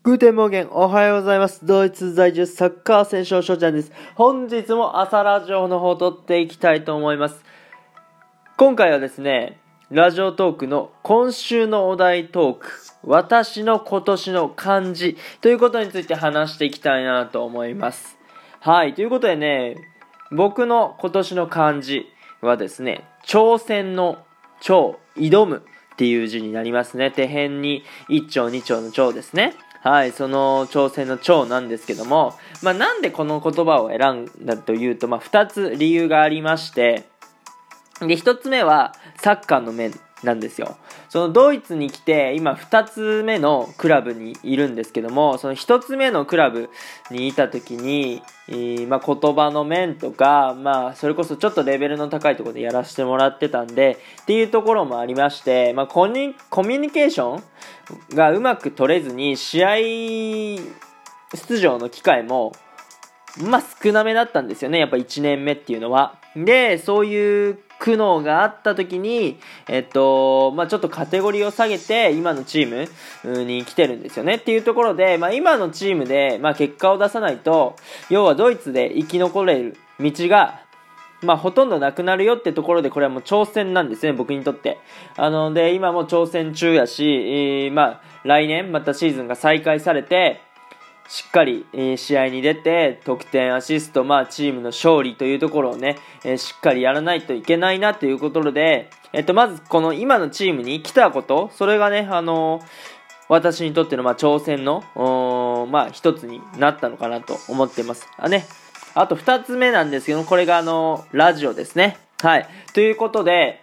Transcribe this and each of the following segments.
グーテンモーゲン、おはようございます。ドイツ在住サッカー選手の翔ちゃんです。本日も朝ラジオの方を撮っていきたいと思います。今回はですね、ラジオトークの今週のお題トーク、私の今年の漢字ということについて話していきたいなと思います。はい、ということでね、僕の今年の漢字はですね、挑戦の挑、挑むっていう字になりますね。手辺に一丁二丁の丁ですね。はい、その挑戦の挑なんですけども、なんでこの言葉を選んだというと、2つ理由がありまして、で、1つ目はサッカーの面なんですよ。そのドイツに来て、今2つ目のクラブにいるんですけども、その1つ目のクラブにいた時に、言葉の面とか、それこそちょっとレベルの高いところでやらせてもらってたんで、っていうところもありまして、コミュニケーションがうまく取れずに、試合出場の機会も、少なめだったんですよね。やっぱ1年目っていうのは。で、そういう苦悩があった時に、ちょっとカテゴリーを下げて、今のチームに来てるんですよね。っていうところで、今のチームで、結果を出さないと、要はドイツで生き残れる道が、ほとんどなくなるよってところで、これはもう挑戦なんですね、僕にとって。で、今も挑戦中やし、来年またシーズンが再開されて、しっかり、試合に出て得点アシスト、チームの勝利というところをね、しっかりやらないといけないなということで、まずこの今のチームに来たこと、それがね、私にとっての挑戦の一つになったのかなと思っています。あと二つ目なんですけど、これがラジオですね。はい。ということで、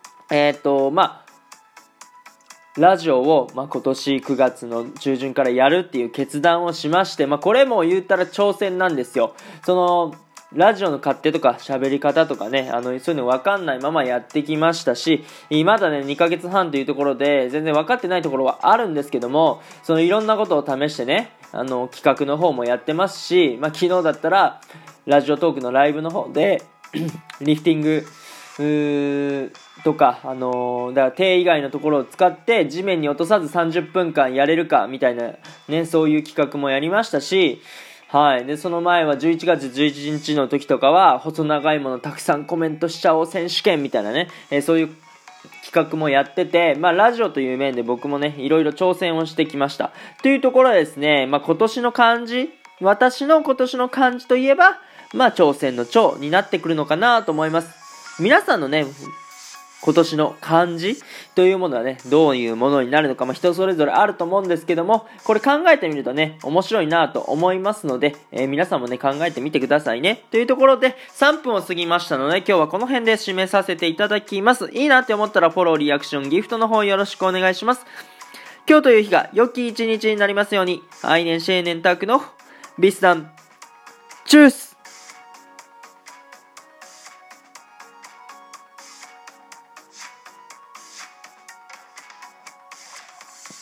ラジオを、今年9月の中旬からやるっていう決断をしまして、これも言ったら挑戦なんですよ。その、ラジオの勝手とか喋り方とかね、そういうの分かんないままやってきましたし、まだね、2ヶ月半というところで、全然分かってないところはあるんですけども、そのいろんなことを試してね、企画の方もやってますし、昨日だったら、ラジオトークのライブの方で、リフティング、とか、だから手以外のところを使って地面に落とさず30分間やれるかみたいなね、そういう企画もやりましたし、はい。で、その前は11月11日の時とかは、細長いものたくさんコメントしちゃおう選手権みたいなね、そういう企画もやってて、ラジオという面で僕もね、いろいろ挑戦をしてきました。というところでですね、今年の漢字、私の今年の漢字といえば、挑戦の挑になってくるのかなと思います。皆さんのね、今年の漢字というものはね、どういうものになるのか、人それぞれあると思うんですけども、これ考えてみるとね、面白いなと思いますので、皆さんもね、考えてみてくださいね。というところで、3分を過ぎましたので、今日はこの辺で締めさせていただきます。いいなって思ったらフォロー、リアクション、ギフトの方よろしくお願いします。今日という日が良き一日になりますように、アイネンシェーネンタクのビスダン、チュース